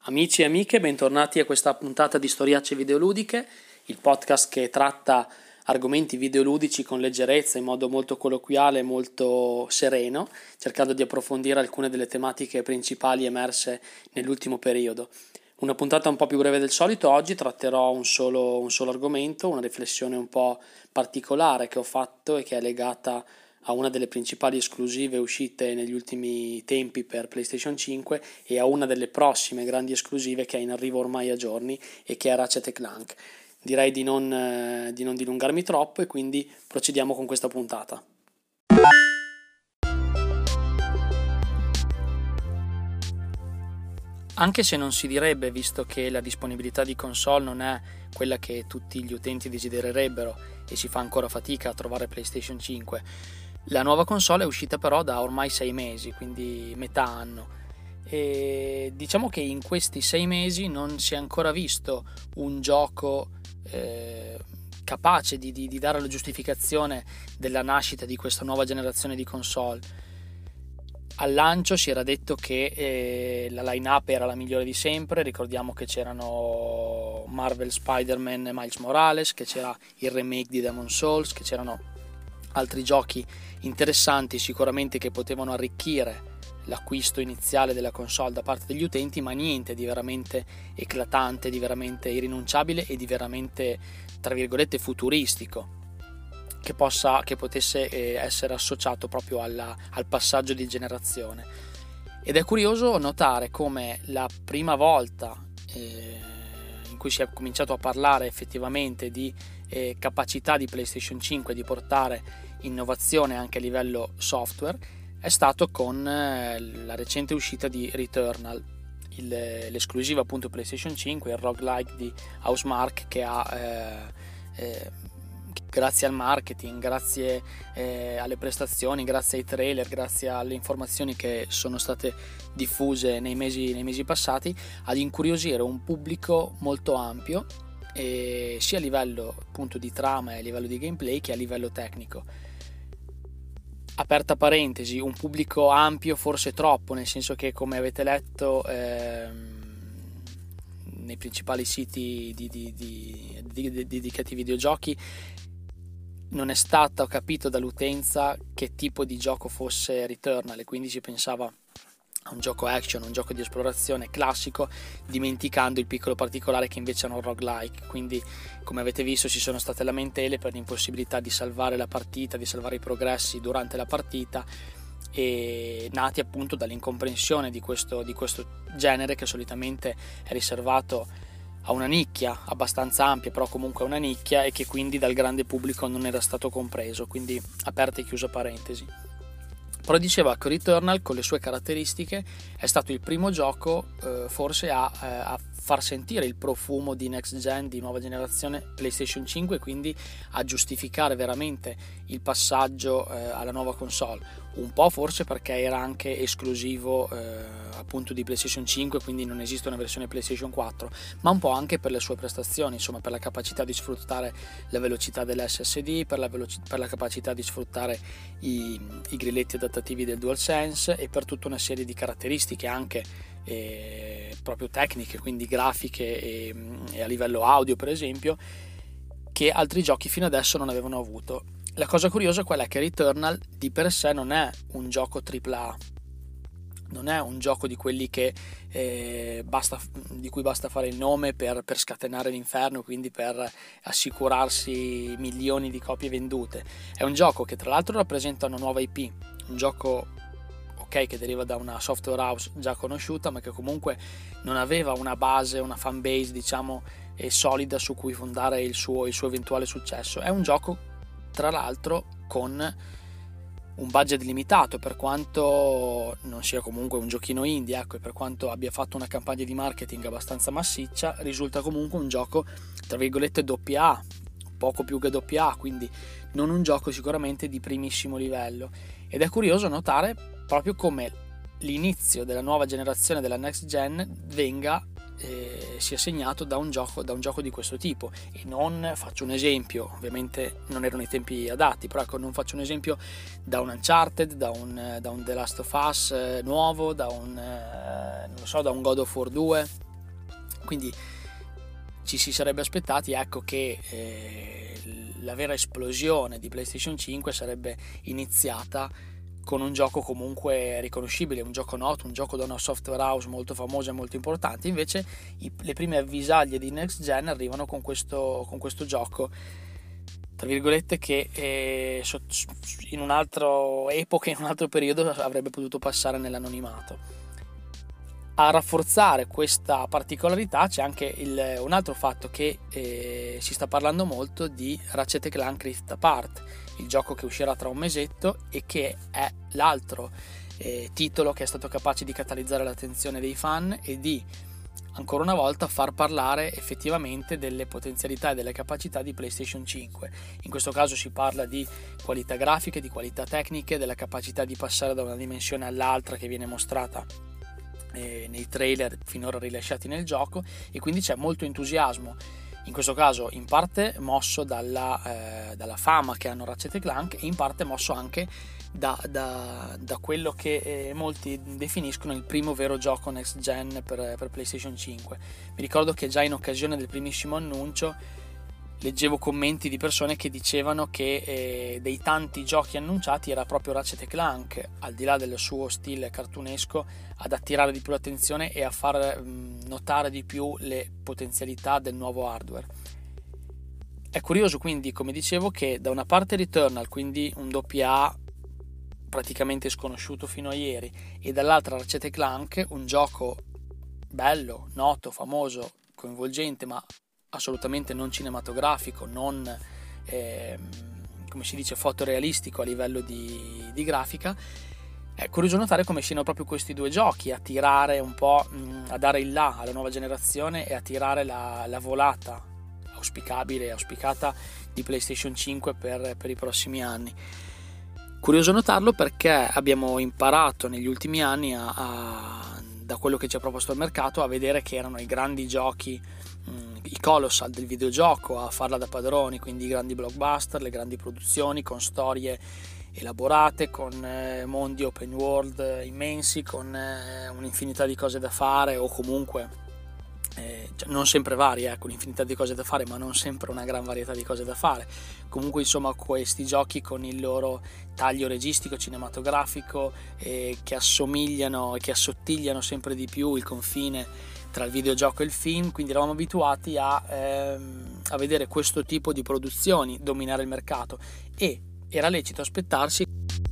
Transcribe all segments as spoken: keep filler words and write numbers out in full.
Amici e amiche, bentornati a questa puntata di Storiacce Videoludiche, il podcast che tratta argomenti videoludici con leggerezza, in modo molto colloquiale e molto sereno, cercando di approfondire alcune delle tematiche principali emerse nell'ultimo periodo. Una puntata un po' più breve del solito, oggi tratterò un solo, un solo argomento, una riflessione un po' particolare che ho fatto e che è legata a una delle principali esclusive uscite negli ultimi tempi per PlayStation cinque e a una delle prossime grandi esclusive che è in arrivo ormai a giorni e che è Ratchet and Clank. Direi di non, eh, di non dilungarmi troppo e quindi procediamo con questa puntata. Anche se non si direbbe, visto che la disponibilità di console non è quella che tutti gli utenti desidererebbero e si fa ancora fatica a trovare PlayStation cinque, la nuova console è uscita però da ormai sei mesi, quindi metà anno, e diciamo che in questi sei mesi non si è ancora visto un gioco eh, capace di, di, di dare la giustificazione della nascita di questa nuova generazione di console. Al lancio si era detto che eh, la line-up era la migliore di sempre. Ricordiamo che c'erano Marvel Spider-Man e Miles Morales, che c'era il remake di Demon's Souls, che c'erano altri giochi interessanti sicuramente che potevano arricchire l'acquisto iniziale della console da parte degli utenti, ma niente di veramente eclatante, di veramente irrinunciabile e di veramente, tra virgolette, futuristico, che possa che potesse eh, essere associato proprio alla, al passaggio di generazione. Ed è curioso notare come la prima volta eh, in cui si è cominciato a parlare effettivamente di eh, capacità di PlayStation cinque di portare innovazione anche a livello software è stato con eh, la recente uscita di Returnal, il, l'esclusiva appunto PlayStation cinque, il roguelike di Housemarque, che ha eh, eh, grazie al marketing, grazie eh, alle prestazioni, grazie ai trailer, grazie alle informazioni che sono state diffuse nei mesi, nei mesi passati, ad incuriosire un pubblico molto ampio, e sia a livello appunto di trama e a livello di gameplay che a livello tecnico. Aperta parentesi, un pubblico ampio forse troppo, nel senso che, come avete letto ehm, nei principali siti di, di, di, di, di, dedicati ai videogiochi, non è stato capito dall'utenza che tipo di gioco fosse Returnal, e quindi si pensava a un gioco action, un gioco di esplorazione classico, dimenticando il piccolo particolare che invece era un roguelike. Quindi, come avete visto, ci sono state lamentele per l'impossibilità di salvare la partita, di salvare i progressi durante la partita, e nati appunto dall'incomprensione di questo, di questo genere, che solitamente è riservato a una nicchia abbastanza ampia, però comunque una nicchia, e che quindi dal grande pubblico non era stato compreso. Quindi aperta e chiusa parentesi. Però diceva che Returnal, con le sue caratteristiche, è stato il primo gioco eh, forse a, eh, a far sentire il profumo di next gen, di nuova generazione PlayStation cinque, quindi a giustificare veramente il passaggio eh, alla nuova console. Un po' forse perché era anche esclusivo eh, appunto di PlayStation cinque, quindi non esiste una versione PlayStation quattro, ma un po' anche per le sue prestazioni, insomma, per la capacità di sfruttare la velocità dell'esse esse di, per la, veloci- per la capacità di sfruttare i, i grilletti adattativi del DualSense, e per tutta una serie di caratteristiche anche eh, proprio tecniche, quindi grafiche e, e a livello audio per esempio, che altri giochi fino adesso non avevano avuto. La cosa curiosa è quella che Returnal di per sé non è un gioco tripla A, non è un gioco di quelli che eh, basta, di cui basta fare il nome per, per scatenare l'inferno, quindi per assicurarsi milioni di copie vendute. È un gioco che tra l'altro rappresenta una nuova I P, un gioco ok che deriva da una software house già conosciuta, ma che comunque non aveva una base, una fan base diciamo eh, solida su cui fondare il suo, il suo eventuale successo. È un gioco tra l'altro con un budget limitato, per quanto non sia comunque un giochino indie, ecco, e per quanto abbia fatto una campagna di marketing abbastanza massiccia, risulta comunque un gioco tra virgolette doppia A, poco più che doppia A, quindi non un gioco sicuramente di primissimo livello. Ed è curioso notare proprio come l'inizio della nuova generazione della next gen venga eh, sia segnato da un gioco da un gioco di questo tipo. E non faccio un esempio, ovviamente non erano i tempi adatti, però ecco, non faccio un esempio da un Uncharted, da un, da un The Last of Us eh, nuovo, da un eh, non so, da un God of War due, Quindi ci si sarebbe aspettati, ecco, che eh, la vera esplosione di PlayStation cinque sarebbe iniziata con un gioco comunque riconoscibile, un gioco noto, un gioco da una software house molto famosa e molto importante. Invece i, le prime avvisaglie di next gen arrivano con questo, con questo gioco, tra virgolette, che eh, in un'altra epoca, in un altro periodo avrebbe potuto passare nell'anonimato. A rafforzare questa particolarità c'è anche il, un altro fatto che eh, si sta parlando molto di Ratchet and Clank Rift Apart, il gioco che uscirà tra un mesetto e che è l'altro eh, titolo che è stato capace di catalizzare l'attenzione dei fan e di, ancora una volta, far parlare effettivamente delle potenzialità e delle capacità di PlayStation cinque. In questo caso si parla di qualità grafiche, di qualità tecniche, della capacità di passare da una dimensione all'altra che viene mostrata nei trailer finora rilasciati nel gioco, e quindi c'è molto entusiasmo, in questo caso in parte mosso dalla, eh, dalla fama che hanno Ratchet and Clank e in parte mosso anche da, da, da quello che eh, molti definiscono il primo vero gioco next gen per, per PlayStation cinque. Mi ricordo che già in occasione del primissimo annuncio leggevo commenti di persone che dicevano che eh, dei tanti giochi annunciati era proprio Ratchet and Clank, al di là del suo stile cartunesco, ad attirare di più l'attenzione e a far mh, notare di più le potenzialità del nuovo hardware. È curioso quindi, come dicevo, che da una parte Returnal, quindi un doppia A praticamente sconosciuto fino a ieri, e dall'altra Ratchet and Clank, un gioco bello, noto, famoso, coinvolgente, ma assolutamente non cinematografico, non eh, come si dice fotorealistico a livello di, di grafica. È curioso notare come siano proprio questi due giochi a tirare un po', mh, a dare il là alla nuova generazione e a tirare la, la volata auspicabile e auspicata di PlayStation cinque per, per i prossimi anni. Curioso notarlo perché abbiamo imparato negli ultimi anni a, a, da quello che ci ha proposto il mercato, a vedere che erano i grandi giochi, i colossal del videogioco a farla da padroni, quindi i grandi blockbuster, le grandi produzioni con storie elaborate, con eh, mondi open world immensi, con eh, un'infinità di cose da fare, o comunque eh, cioè non sempre varie, ecco, un'infinità di cose da fare, ma non sempre una gran varietà di cose da fare. Comunque, insomma, questi giochi con il loro taglio registico, cinematografico, eh, che assomigliano e che assottigliano sempre di più il confine tra il videogioco e il film, quindi eravamo abituati a, ehm, a vedere questo tipo di produzioni dominare il mercato, e era lecito aspettarsi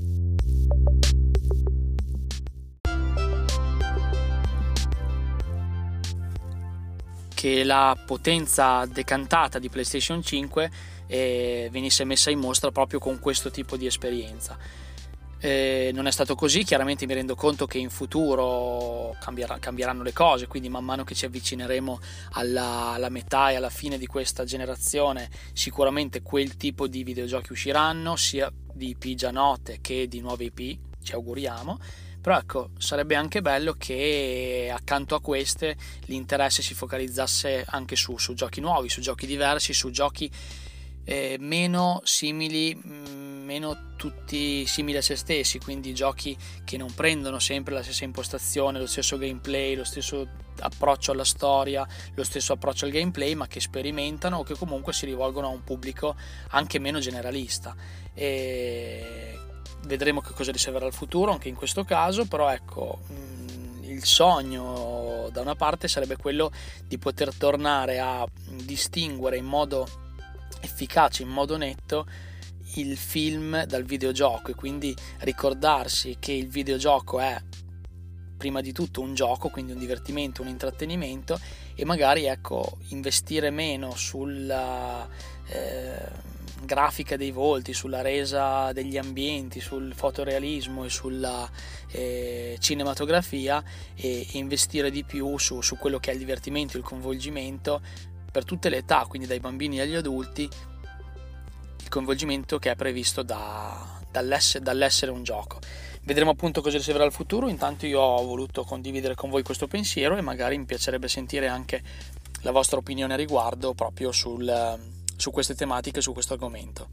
che la potenza decantata di PlayStation cinque eh, venisse messa in mostra proprio con questo tipo di esperienza. Eh, non è stato così, chiaramente mi rendo conto che in futuro cambierà, cambieranno le cose, quindi man mano che ci avvicineremo alla, alla metà e alla fine di questa generazione sicuramente quel tipo di videogiochi usciranno, sia di I P già note che di nuove I P, ci auguriamo. Però ecco, sarebbe anche bello che accanto a queste l'interesse si focalizzasse anche su, su giochi nuovi, su giochi diversi, su giochi eh, meno simili, meno tutti simili a se stessi, quindi giochi che non prendono sempre la stessa impostazione, lo stesso gameplay, lo stesso approccio alla storia, lo stesso approccio al gameplay, ma che sperimentano o che comunque si rivolgono a un pubblico anche meno generalista. E vedremo che cosa riserverà il futuro anche in questo caso, però ecco, il sogno da una parte sarebbe quello di poter tornare a distinguere in modo efficace, in modo netto, il film dal videogioco, e quindi ricordarsi che il videogioco è prima di tutto un gioco, quindi un divertimento, un intrattenimento, e magari ecco investire meno sulla eh, grafica dei volti, sulla resa degli ambienti, sul fotorealismo e sulla eh, cinematografia, e, e investire di più su, su quello che è il divertimento, il coinvolgimento per tutte le età, quindi dai bambini agli adulti, il coinvolgimento che è previsto da, dall'essere, dall'essere un gioco. Vedremo appunto cosa riserverà il futuro. Intanto io ho voluto condividere con voi questo pensiero e magari mi piacerebbe sentire anche la vostra opinione a riguardo proprio sul, su queste tematiche, su questo argomento.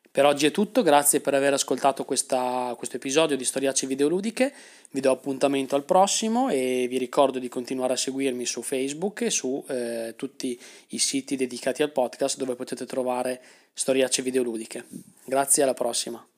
Per oggi è tutto, grazie per aver ascoltato questa, questo episodio di Storiacce Videoludiche, vi do appuntamento al prossimo e vi ricordo di continuare a seguirmi su Facebook e su eh, tutti i siti dedicati al podcast dove potete trovare Storiacce Videoludiche. Grazie, alla prossima.